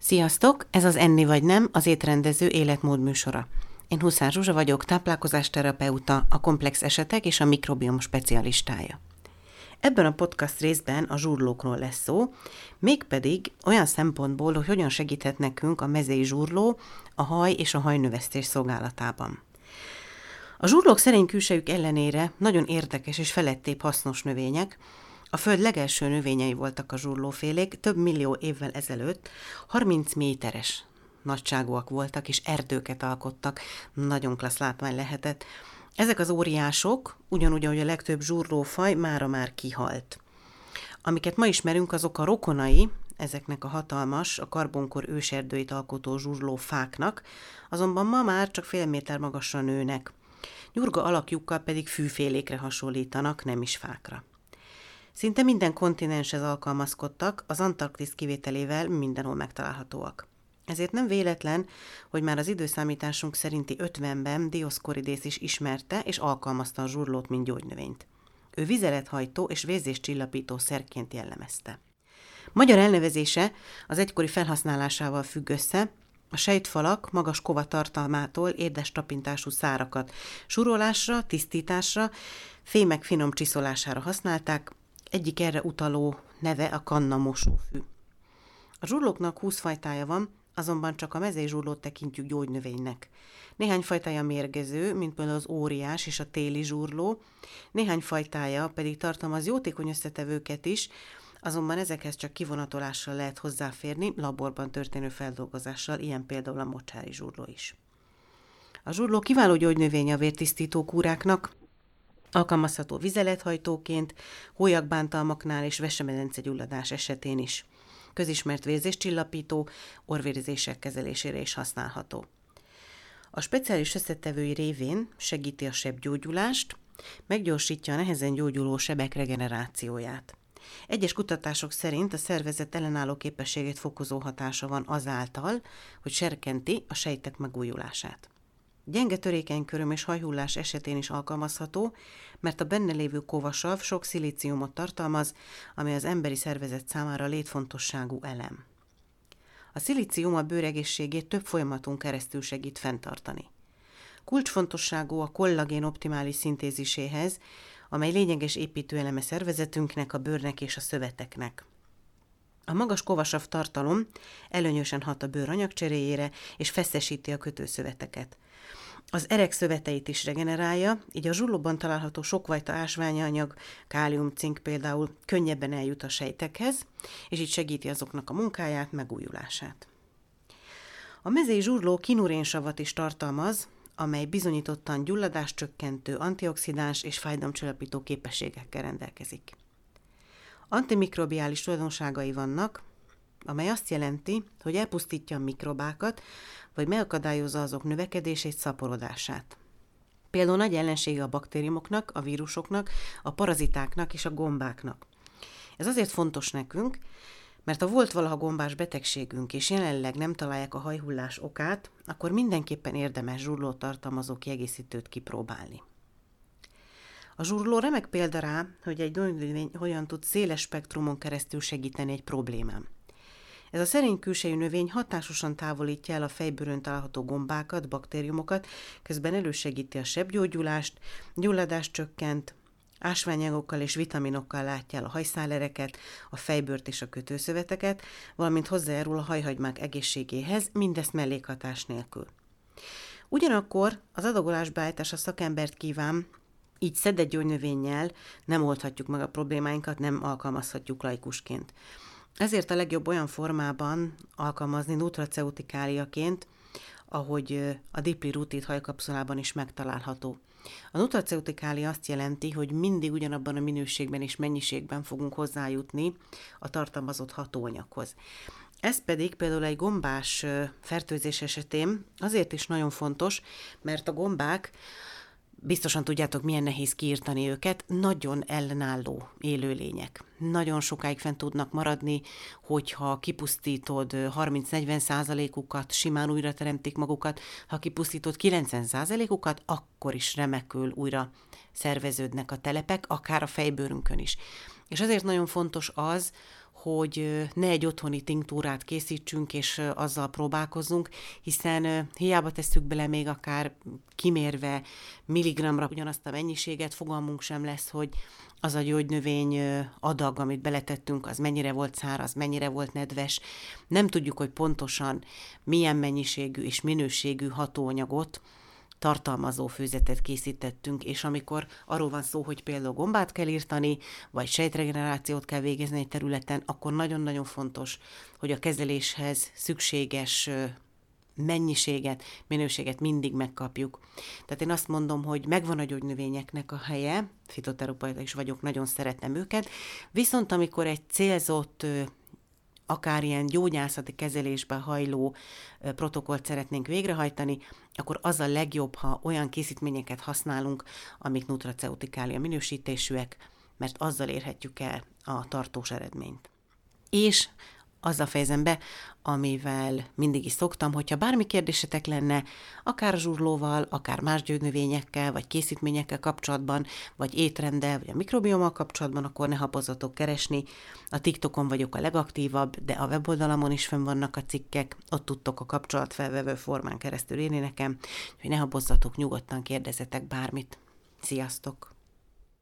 Sziasztok! Ez az Enni vagy nem, az étrendező életmód műsora. Én Huszár Zsuzsa vagyok, táplálkozásterapeuta, a komplex esetek és a mikrobiom specialistája. Ebben a podcast részben a zsúrlókról lesz szó, mégpedig olyan szempontból, hogy hogyan segíthet nekünk a mezei zsúrló a haj és a hajnövesztés szolgálatában. A zsúrlók szerény külsejük ellenére nagyon érdekes és felettébb hasznos növények. A Föld legelső növényei voltak a zsúrlófélék, több millió évvel ezelőtt 30 méteres nagyságúak voltak, és erdőket alkottak, nagyon klassz látvány lehetett. Ezek az óriások, ugyanúgy, ahogy a legtöbb zsúrlófaj, mára már kihalt. Amiket ma ismerünk, azok a rokonai, ezeknek a hatalmas, a karbonkor őserdőit alkotó zsúrlófáknak, azonban ma már csak fél méter magasra nőnek. Nyurga alakjukkal pedig fűfélékre hasonlítanak, nem is fákra. Szinte minden kontinenshez alkalmazkodtak, az Antarktisz kivételével mindenhol megtalálhatóak. Ezért nem véletlen, hogy már az időszámításunk szerinti 50-ben Dioszkoridész is ismerte és alkalmazta a zsúrlót, mint gyógynövényt. Ő vizelethajtó és vérzéscsillapító szerként jellemezte. Magyar elnevezése az egykori felhasználásával függ össze, a sejtfalak magas kova tartalmától érdes tapintású szárakat súrolásra, tisztításra, fémek finom csiszolására használták, egyik erre utaló neve a kannamosófű. A zsúrlóknak 20 fajtája van, azonban csak a mezei zsúrlót tekintjük gyógynövénynek. Néhány fajtája mérgező, mint például az óriás és a téli zsúrló, néhány fajtája pedig tartalmaz jótékony összetevőket is, azonban ezekhez csak kivonatolással lehet hozzáférni, laborban történő feldolgozással, ilyen például a mocsári zsúrló is. A zsúrló kiváló gyógynövény a vértisztító kúráknak, alkalmazható vizelethajtóként, hóllyakbántalmaknál és vesemedence-gyulladás esetén is. Közismert vérzéscsillapító, orvérzések kezelésére is használható. A speciális összetevői révén segíti a sebgyógyulást, meggyorsítja a nehezen gyógyuló sebek regenerációját. Egyes kutatások szerint a szervezet ellenálló képességét fokozó hatása van azáltal, hogy serkenti a sejtek megújulását. Gyenge törékeny köröm és hajhullás esetén is alkalmazható, mert a benne lévő kovasav sok szilíciumot tartalmaz, ami az emberi szervezet számára létfontosságú elem. A szilícium a bőr egészségét több folyamaton keresztül segít fenntartani. Kulcsfontosságú a kollagén optimális szintéziséhez, amely lényeges építőeleme szervezetünknek, a bőrnek és a szöveteknek. A magas kovasav tartalom előnyösen hat a bőr anyagcseréjére és feszesíti a kötőszöveteket. Az erek szöveteit is regenerálja, így a zsúrlóban található sokfajta ásványanyag, kálium, cink például könnyebben eljut a sejtekhez, és így segíti azoknak a munkáját, megújulását. A mezei zsúrló kinurénsavat is tartalmaz, amely bizonyítottan gyulladáscsökkentő, antioxidáns és fájdalomcsillapító képességekkel rendelkezik. Antimikrobiális tulajdonságai vannak, amely azt jelenti, hogy elpusztítja a mikrobákat, vagy megakadályozza azok növekedését, szaporodását. Például nagy ellensége a baktériumoknak, a vírusoknak, a parazitáknak és a gombáknak. Ez azért fontos nekünk, mert ha volt valaha gombás betegségünk, és jelenleg nem találják a hajhullás okát, akkor mindenképpen érdemes zsúrlót tartalmazó kiegészítőt kipróbálni. A zsúrló remek példa rá, hogy egy gyógynövény hogyan tud széles spektrumon keresztül segíteni egy problémán. Ez a szerény külsejű növény hatásosan távolítja el a fejbőrön található gombákat, baktériumokat, közben elősegíti a sebgyógyulást, gyulladást csökkent, ásványanyagokkal és vitaminokkal látja el a hajszálereket, a fejbőrt és a kötőszöveteket, valamint hozzájárul a hajhagymák egészségéhez, mindezt mellékhatás nélkül. Ugyanakkor az adagolásbeállítás a szakembert kíván, így szedett gyógynövénnyel nem oldhatjuk meg a problémáinkat, nem alkalmazhatjuk laikusként. Ezért a legjobb olyan formában alkalmazni nutraceutikáliaként, ahogy a diplirutit hajkapszulában is megtalálható. A nutraceutikália azt jelenti, hogy mindig ugyanabban a minőségben és mennyiségben fogunk hozzájutni a tartalmazott hatóanyaghoz. Ez pedig például egy gombás fertőzés esetén azért is nagyon fontos, mert a gombák, biztosan tudjátok, milyen nehéz kiírtani őket, nagyon ellenálló élőlények. Nagyon sokáig fent tudnak maradni, hogyha kipusztítod 30-40%-ukat, simán újra teremtik magukat, ha kipusztítod 90%-ukat, akkor is remekül újra szerveződnek a telepek, akár a fejbőrünkön is. És azért nagyon fontos az, hogy ne egy otthoni tinktúrát készítsünk, és azzal próbálkozzunk, hiszen hiába tesszük bele még akár kimérve milligramra ugyanazt a mennyiséget, fogalmunk sem lesz, hogy az a gyógynövény adag, amit beletettünk, az mennyire volt száraz, mennyire volt nedves. Nem tudjuk, hogy pontosan milyen mennyiségű és minőségű hatóanyagot, tartalmazó főzetet készítettünk, és amikor arról van szó, hogy például gombát kell írtani, vagy sejtregenerációt kell végezni egy területen, akkor nagyon-nagyon fontos, hogy a kezeléshez szükséges mennyiséget, minőséget mindig megkapjuk. Tehát én azt mondom, hogy megvan a gyógynövényeknek a helye, fitoterapeuta is vagyok, nagyon szeretem őket, viszont amikor egy célzott akár ilyen gyógyászati kezelésbe hajló protokollt szeretnénk végrehajtani, akkor az a legjobb, ha olyan készítményeket használunk, amik nutraceutikália minősítésűek, mert azzal érhetjük el a tartós eredményt. És azzal fejezem be, amivel mindig is szoktam, hogyha bármi kérdésetek lenne, akár a zsurlóval, akár más gyógynövényekkel, vagy készítményekkel kapcsolatban, vagy étrenddel, vagy a mikrobiommal kapcsolatban, akkor ne habozzatok keresni. A TikTokon vagyok a legaktívabb, de a weboldalamon is fönn vannak a cikkek, ott tudtok a kapcsolatfelvevő formán keresztül írni nekem, hogy ne habozzatok, nyugodtan kérdezzetek bármit. Sziasztok!